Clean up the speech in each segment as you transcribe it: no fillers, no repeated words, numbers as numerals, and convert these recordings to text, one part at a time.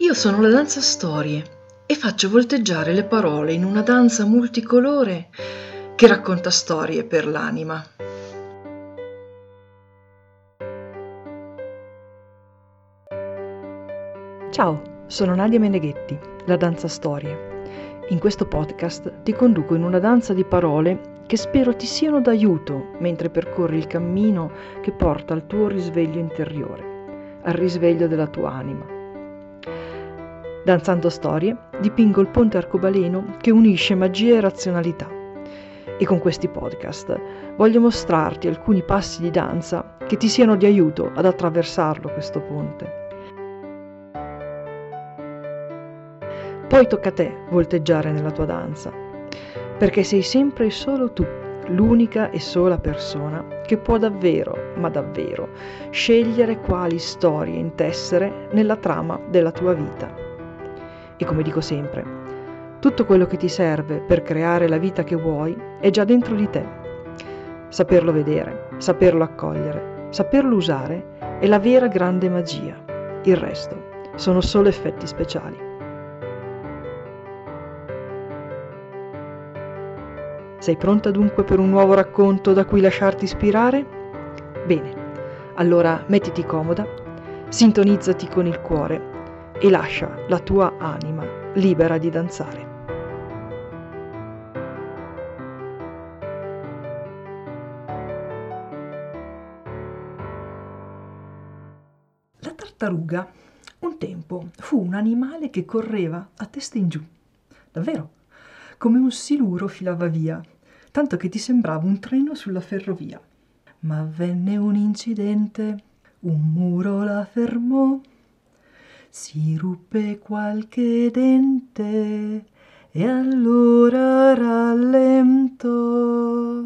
Io sono la danza storie e faccio volteggiare le parole in una danza multicolore che racconta storie per l'anima. Ciao, sono Nadia Meneghetti, la danza storie. In questo podcast ti conduco in una danza di parole che spero ti siano d'aiuto mentre percorri il cammino che porta al tuo risveglio interiore, al risveglio della tua anima. Danzando storie, dipingo il ponte arcobaleno che unisce magia e razionalità. E con questi podcast voglio mostrarti alcuni passi di danza che ti siano di aiuto ad attraversarlo questo ponte. Poi tocca a te volteggiare nella tua danza, perché sei sempre e solo tu, l'unica e sola persona che può davvero, ma davvero, scegliere quali storie intessere nella trama della tua vita. E come dico sempre, tutto quello che ti serve per creare la vita che vuoi è già dentro di te. Saperlo vedere, saperlo accogliere, saperlo usare è la vera grande magia. Il resto sono solo effetti speciali. Sei pronta dunque per un nuovo racconto da cui lasciarti ispirare? Bene, allora mettiti comoda, sintonizzati con il cuore e lascia la tua anima libera di danzare. La tartaruga un tempo fu un animale che correva a testa in giù, davvero, come un siluro filava via, tanto che ti sembrava un treno sulla ferrovia. Ma avvenne un incidente, un muro la fermò, si ruppe qualche dente e allora rallentò.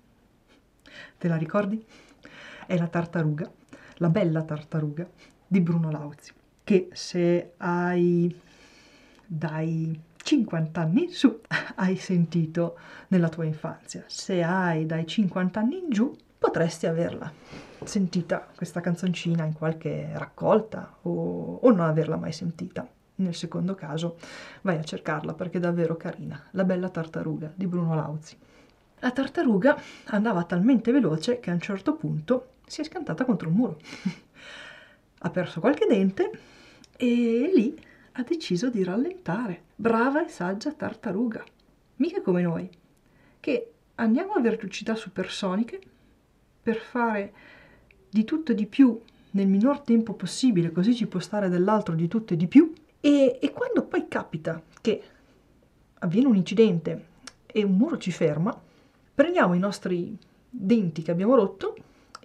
Te la ricordi? È la tartaruga, la bella tartaruga di Bruno Lauzi, che se hai dai 50 anni in su hai sentito nella tua infanzia. Se hai dai 50 anni in giù potresti averla sentita questa canzoncina in qualche raccolta o non averla mai sentita. Nel secondo caso vai a cercarla perché è davvero carina. La bella tartaruga di Bruno Lauzi. La tartaruga andava talmente veloce che a un certo punto si è schiantata contro un muro. Ha perso qualche dente e lì ha deciso di rallentare. Brava e saggia tartaruga. Mica come noi, che andiamo a velocità supersoniche per fare di tutto e di più nel minor tempo possibile, così ci può stare dell'altro di tutto e di più. E quando poi capita che avviene un incidente e un muro ci ferma, prendiamo i nostri denti che abbiamo rotto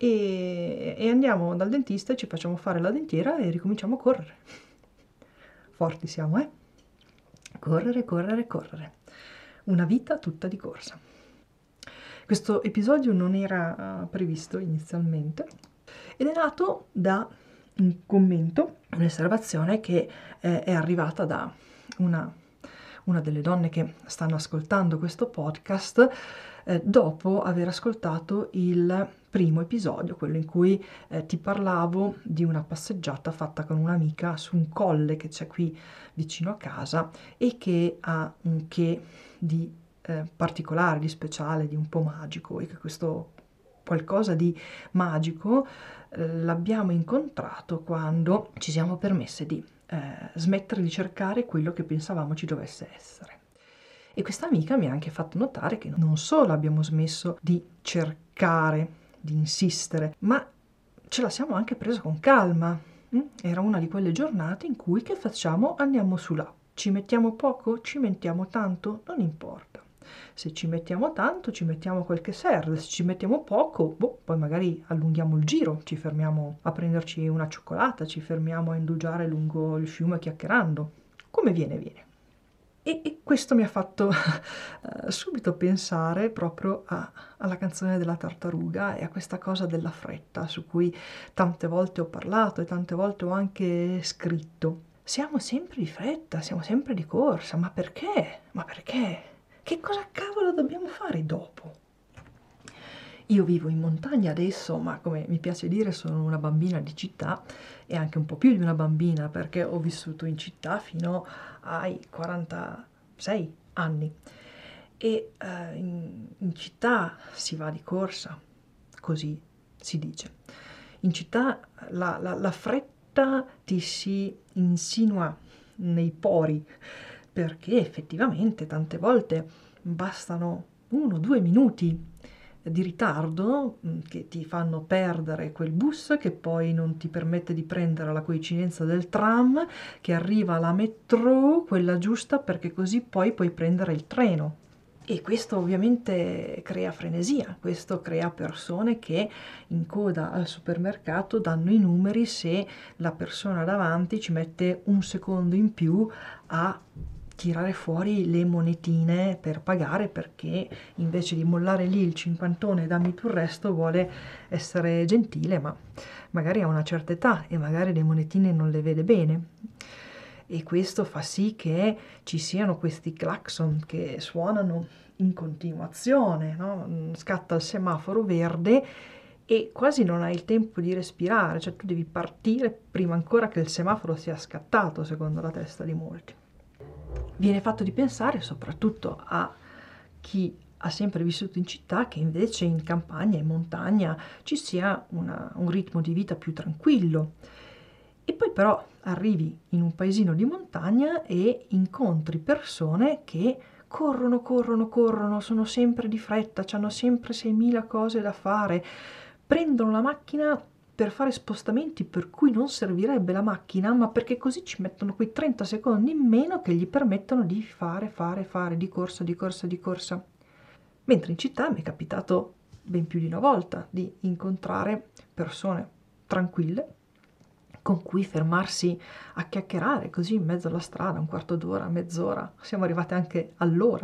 e andiamo dal dentista e ci facciamo fare la dentiera e ricominciamo a correre. Forti siamo, eh? Correre, correre, correre. Una vita tutta di corsa. Questo episodio non era previsto inizialmente ed è nato da un commento, un'osservazione che è arrivata da una delle donne che stanno ascoltando questo podcast dopo aver ascoltato il primo episodio, quello in cui ti parlavo di una passeggiata fatta con un'amica su un colle che c'è qui vicino a casa e che ha un che di particolare, di speciale, di un po' magico, e che questo qualcosa di magico l'abbiamo incontrato quando ci siamo permesse di smettere di cercare quello che pensavamo ci dovesse essere. E questa amica mi ha anche fatto notare che non solo abbiamo smesso di cercare, di insistere, ma ce la siamo anche presa con calma. Era una di quelle giornate in cui che facciamo? Andiamo su là. Ci mettiamo poco? Ci mettiamo tanto? Non importa. Se ci mettiamo tanto, ci mettiamo quel che serve. Se ci mettiamo poco, poi magari allunghiamo il giro, ci fermiamo a prenderci una cioccolata, ci fermiamo a indugiare lungo il fiume chiacchierando. Come viene, viene. E questo mi ha fatto subito pensare proprio alla canzone della tartaruga e a questa cosa della fretta su cui tante volte ho parlato e tante volte ho anche scritto. Siamo sempre di fretta, siamo sempre di corsa, ma perché? Ma perché? Che cosa cavolo dobbiamo fare dopo? Io vivo in montagna adesso, ma come mi piace dire sono una bambina di città e anche un po' più di una bambina perché ho vissuto in città fino ai 46 anni e in città si va di corsa, così si dice. In città la fretta ti si insinua nei pori perché effettivamente tante volte bastano 1 o 2 minuti di ritardo che ti fanno perdere quel bus che poi non ti permette di prendere la coincidenza del tram che arriva alla metro, quella giusta, perché così poi puoi prendere il treno. E questo ovviamente crea frenesia, questo crea persone che in coda al supermercato danno i numeri se la persona davanti ci mette un secondo in più a tirare fuori le monetine per pagare perché invece di mollare lì il cinquantone e dammi tu il resto vuole essere gentile, ma magari ha una certa età e magari le monetine non le vede bene. E questo fa sì che ci siano questi clacson che suonano in continuazione, no? Scatta il semaforo verde e quasi non hai il tempo di respirare, cioè tu devi partire prima ancora che il semaforo sia scattato, secondo la testa di molti. Viene fatto di pensare soprattutto a chi ha sempre vissuto in città che invece in campagna, in montagna ci sia un ritmo di vita più tranquillo. E poi però arrivi in un paesino di montagna e incontri persone che corrono, sono sempre di fretta, hanno sempre 6.000 cose da fare, prendono la macchina per fare spostamenti per cui non servirebbe la macchina, ma perché così ci mettono quei 30 secondi in meno che gli permettono di fare di corsa. Mentre in città mi è capitato ben più di una volta di incontrare persone tranquille con cui fermarsi a chiacchierare così in mezzo alla strada, un quarto d'ora, mezz'ora, siamo arrivate anche all'ora.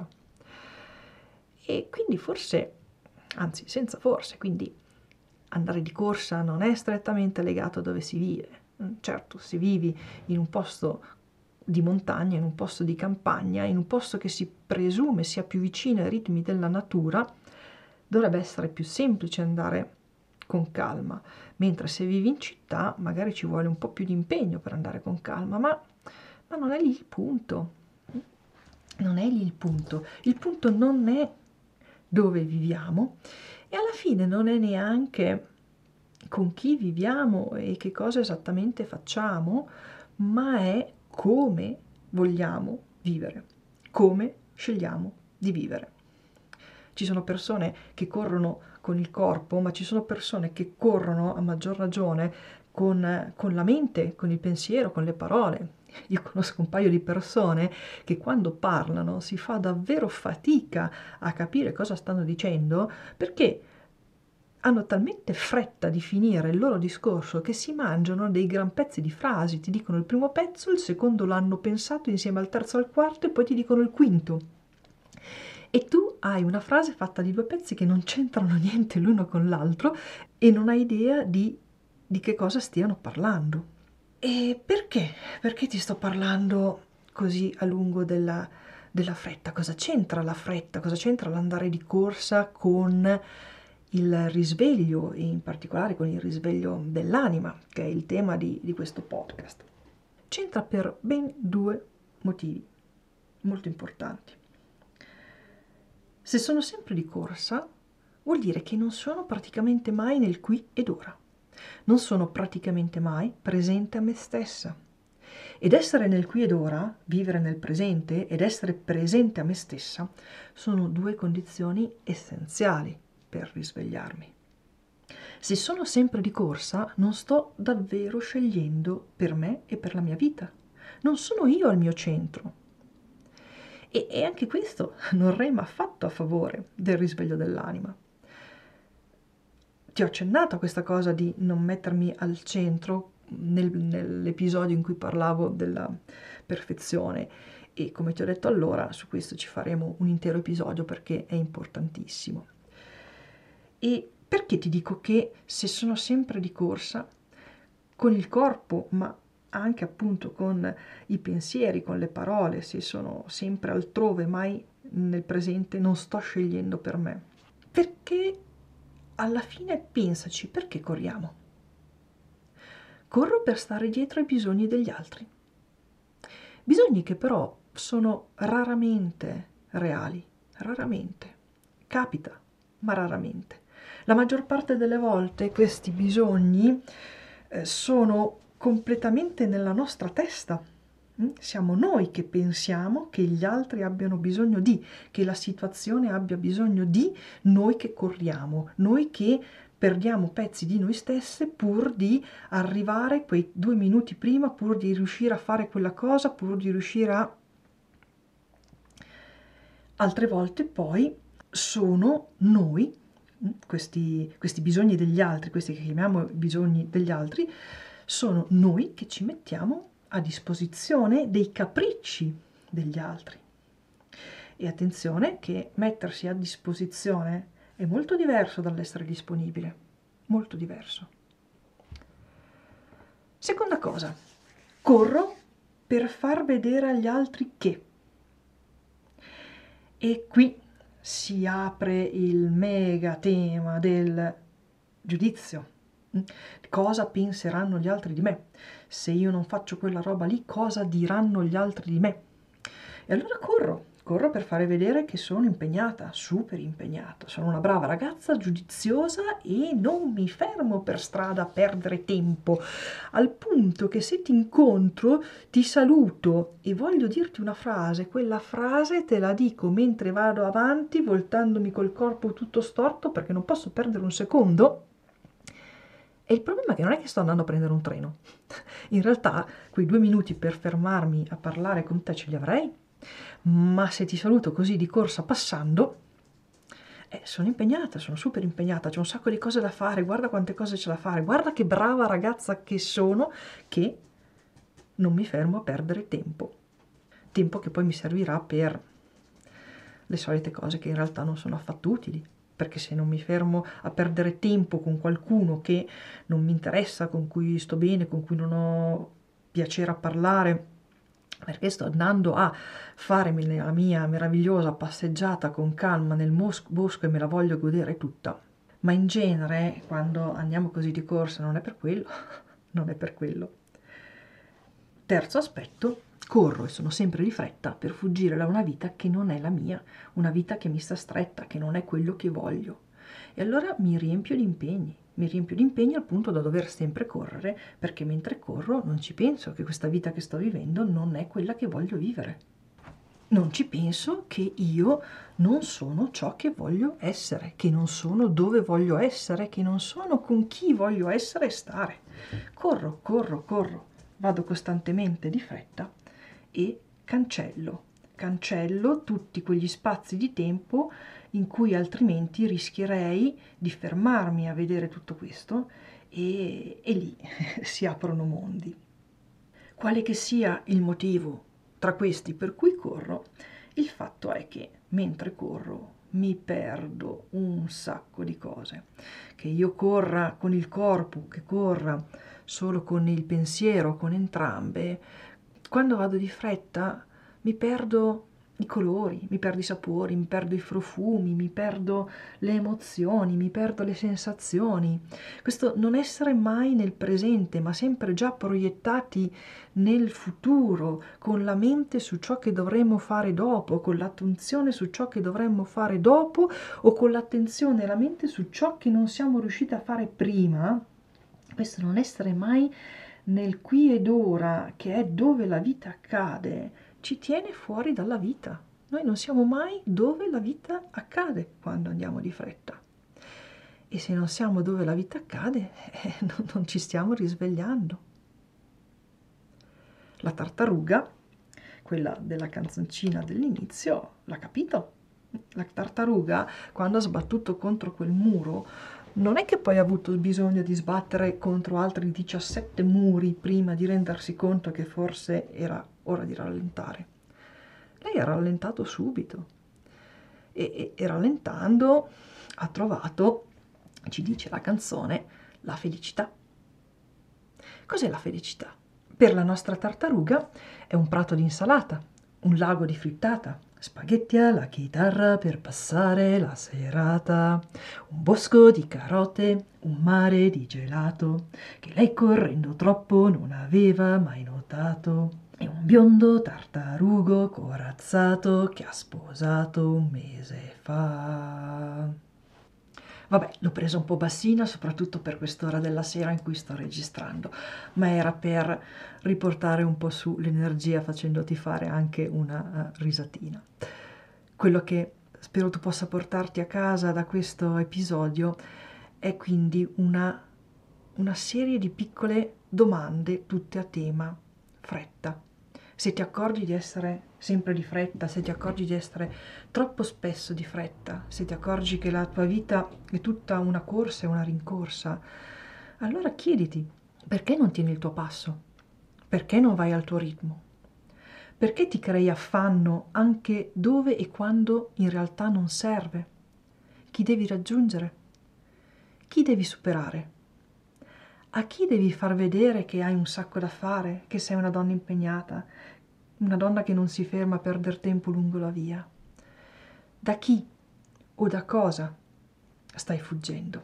E quindi forse, anzi senza forse, quindi andare di corsa non è strettamente legato a dove si vive. Certo, se vivi in un posto di montagna, in un posto di campagna, in un posto che si presume sia più vicino ai ritmi della natura, dovrebbe essere più semplice andare con calma, mentre se vivi in città magari ci vuole un po' più di impegno per andare con calma, ma non è lì il punto. Non è lì il punto. Il punto non è dove viviamo e alla fine non è neanche con chi viviamo e che cosa esattamente facciamo, ma è come vogliamo vivere, come scegliamo di vivere. Ci sono persone che corrono con il corpo, ma ci sono persone che corrono a maggior ragione con la mente, con il pensiero, con le parole. Io conosco un paio di persone che quando parlano si fa davvero fatica a capire cosa stanno dicendo perché hanno talmente fretta di finire il loro discorso che si mangiano dei gran pezzi di frasi, ti dicono il primo pezzo, il secondo l'hanno pensato insieme al terzo e al quarto e poi ti dicono il quinto. E tu hai una frase fatta di 2 pezzi che non c'entrano niente l'uno con l'altro e non hai idea di che cosa stiano parlando. E perché? Perché ti sto parlando così a lungo della fretta? Cosa c'entra la fretta? Cosa c'entra l'andare di corsa con il risveglio e in particolare con il risveglio dell'anima, che è il tema di questo podcast? C'entra per ben 2 motivi molto importanti. Se sono sempre di corsa, vuol dire che non sono praticamente mai nel qui ed ora. Non sono praticamente mai presente a me stessa. Ed essere nel qui ed ora, vivere nel presente ed essere presente a me stessa, sono 2 condizioni essenziali per risvegliarmi. Se sono sempre di corsa, non sto davvero scegliendo per me e per la mia vita. Non sono io al mio centro. E anche questo non rema affatto a favore del risveglio dell'anima. Ti ho accennato a questa cosa di non mettermi al centro nell'episodio in cui parlavo della perfezione e come ti ho detto allora su questo ci faremo un intero episodio perché è importantissimo. E perché ti dico che se sono sempre di corsa con il corpo ma anche appunto con i pensieri, con le parole, se sono sempre altrove mai nel presente non sto scegliendo per me? Perché alla fine pensaci, perché corriamo? Corro per stare dietro ai bisogni degli altri. Bisogni che però sono raramente reali, raramente. Capita, ma raramente. La maggior parte delle volte questi bisogni sono completamente nella nostra testa. Siamo noi che pensiamo che gli altri abbiano bisogno di, che la situazione abbia bisogno di, noi che corriamo, noi che perdiamo pezzi di noi stesse pur di arrivare quei 2 minuti prima, pur di riuscire a fare quella cosa, pur di riuscire a... Altre volte poi sono noi, questi bisogni degli altri, questi che chiamiamo bisogni degli altri, sono noi che ci mettiamo a disposizione dei capricci degli altri. E attenzione che mettersi a disposizione è molto diverso dall'essere disponibile, molto diverso. Seconda cosa, corro per far vedere agli altri che. E qui si apre il mega tema del giudizio. Cosa penseranno gli altri di me? Se io non faccio quella roba lì, cosa diranno gli altri di me? E allora corro per fare vedere che sono impegnata, super impegnata, sono una brava ragazza, giudiziosa e non mi fermo per strada a perdere tempo, al punto che se ti incontro ti saluto e voglio dirti una frase, quella frase te la dico mentre vado avanti, voltandomi col corpo tutto storto perché non posso perdere un secondo. E il problema è che non è che sto andando a prendere un treno. In realtà quei 2 minuti per fermarmi a parlare con te ce li avrei, ma se ti saluto così di corsa passando, sono impegnata, sono super impegnata, c'è un sacco di cose da fare, guarda quante cose c'è da fare, guarda che brava ragazza che sono, che non mi fermo a perdere tempo. Tempo che poi mi servirà per le solite cose che in realtà non sono affatto utili. Perché se non mi fermo a perdere tempo con qualcuno che non mi interessa, con cui sto bene, con cui non ho piacere a parlare, perché sto andando a farmi la mia meravigliosa passeggiata con calma nel bosco e me la voglio godere tutta. Ma in genere, quando andiamo così di corsa, non è per quello, non è per quello. Terzo aspetto, corro e sono sempre di fretta per fuggire da una vita che non è la mia, una vita che mi sta stretta, che non è quello che voglio. E allora mi riempio di impegni al punto da dover sempre correre, perché mentre corro non ci penso che questa vita che sto vivendo non è quella che voglio vivere. Non ci penso che io non sono ciò che voglio essere, che non sono dove voglio essere, che non sono con chi voglio essere e stare. Corro, vado costantemente di fretta e cancello tutti quegli spazi di tempo in cui altrimenti rischierei di fermarmi a vedere tutto questo e lì si aprono mondi. Quale che sia il motivo tra questi per cui corro, il fatto è che mentre corro mi perdo un sacco di cose. Che io corra con il corpo, che corra solo con il pensiero, con entrambe, quando vado di fretta mi perdo i colori, mi perdo i sapori, mi perdo i profumi, mi perdo le emozioni, mi perdo le sensazioni. Questo non essere mai nel presente, ma sempre già proiettati nel futuro, con la mente su ciò che dovremmo fare dopo, con l'attenzione su ciò che dovremmo fare dopo o con l'attenzione e la mente su ciò che non siamo riusciti a fare prima. Questo non essere mai nel qui ed ora, che è dove la vita accade, ci tiene fuori dalla vita. Noi non siamo mai dove la vita accade quando andiamo di fretta. E se non siamo dove la vita accade, non ci stiamo risvegliando. La tartaruga, quella della canzoncina dell'inizio, l'ha capito. La tartaruga, quando ha sbattuto contro quel muro, non è che poi ha avuto bisogno di sbattere contro altri 17 muri prima di rendersi conto che forse era ora di rallentare. Lei ha rallentato subito e rallentando ha trovato, ci dice la canzone, la felicità. Cos'è la felicità? Per la nostra tartaruga è un prato di insalata, un lago di frittata, Spaghetti alla chitarra per passare la serata, un bosco di carote, un mare di gelato, che lei correndo troppo non aveva mai notato, e un biondo tartarugo corazzato che ha sposato un mese fa. Vabbè, l'ho presa un po' bassina, soprattutto per quest'ora della sera in cui sto registrando, ma era per riportare un po' su l'energia facendoti fare anche una risatina. Quello che spero tu possa portarti a casa da questo episodio è quindi una serie di piccole domande tutte a tema fretta. Se ti accorgi di essere sempre di fretta, se ti accorgi di essere troppo spesso di fretta, se ti accorgi che la tua vita è tutta una corsa e una rincorsa, allora chiediti perché non tieni il tuo passo, perché non vai al tuo ritmo, perché ti crei affanno anche dove e quando in realtà non serve, chi devi raggiungere, chi devi superare. A chi devi far vedere che hai un sacco da fare, che sei una donna impegnata, una donna che non si ferma a perdere tempo lungo la via? Da chi o da cosa stai fuggendo?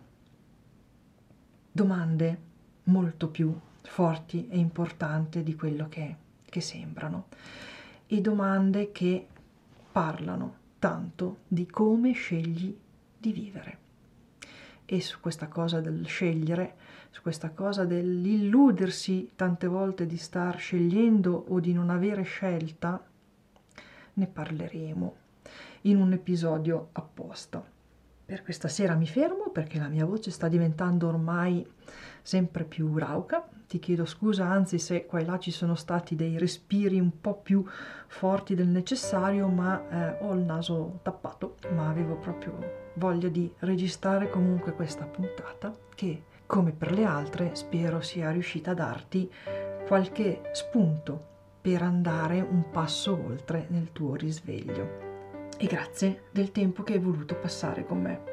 Domande molto più forti e importanti di quello che sembrano, e domande che parlano tanto di come scegli di vivere. E su questa cosa del scegliere, su questa cosa dell'illudersi tante volte di star scegliendo o di non avere scelta, ne parleremo in un episodio apposta. Per questa sera mi fermo perché la mia voce sta diventando ormai sempre più rauca. Ti chiedo scusa, anzi, se qua e là ci sono stati dei respiri un po' più forti del necessario, ma ho il naso tappato, ma avevo proprio voglia di registrare comunque questa puntata che, come per le altre, spero sia riuscita a darti qualche spunto per andare un passo oltre nel tuo risveglio. E grazie del tempo che hai voluto passare con me.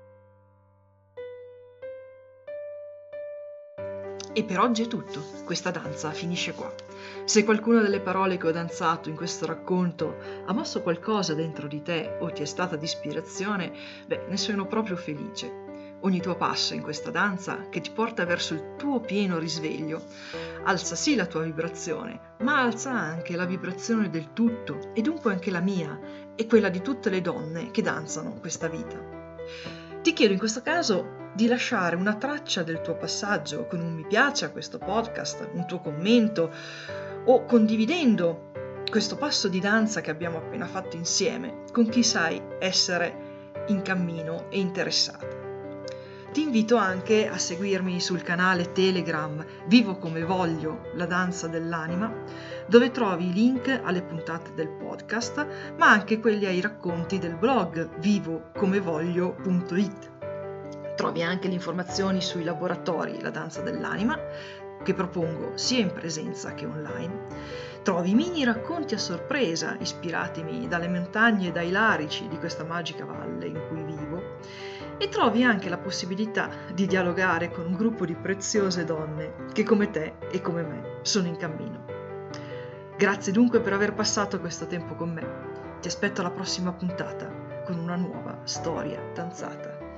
E per oggi è tutto, questa danza finisce qua. Se qualcuna delle parole che ho danzato in questo racconto ha mosso qualcosa dentro di te o ti è stata di ispirazione, ne sono proprio felice. Ogni tuo passo in questa danza che ti porta verso il tuo pieno risveglio alza sì la tua vibrazione, ma alza anche la vibrazione del tutto, e dunque anche la mia e quella di tutte le donne che danzano questa vita. Ti chiedo in questo caso di lasciare una traccia del tuo passaggio con un mi piace a questo podcast, un tuo commento, o condividendo questo passo di danza che abbiamo appena fatto insieme con chi sai essere in cammino e interessata. Ti invito anche a seguirmi sul canale Telegram Vivo come voglio, la danza dell'anima, dove trovi i link alle puntate del podcast, ma anche quelli ai racconti del blog vivocomevoglio.it. Trovi anche le informazioni sui laboratori La danza dell'anima, che propongo sia in presenza che online. Trovi mini racconti a sorpresa ispiratimi dalle montagne e dai larici di questa magica valle in cui vivo. E trovi anche la possibilità di dialogare con un gruppo di preziose donne che come te e come me sono in cammino. Grazie dunque per aver passato questo tempo con me. Ti aspetto alla prossima puntata con una nuova storia danzata.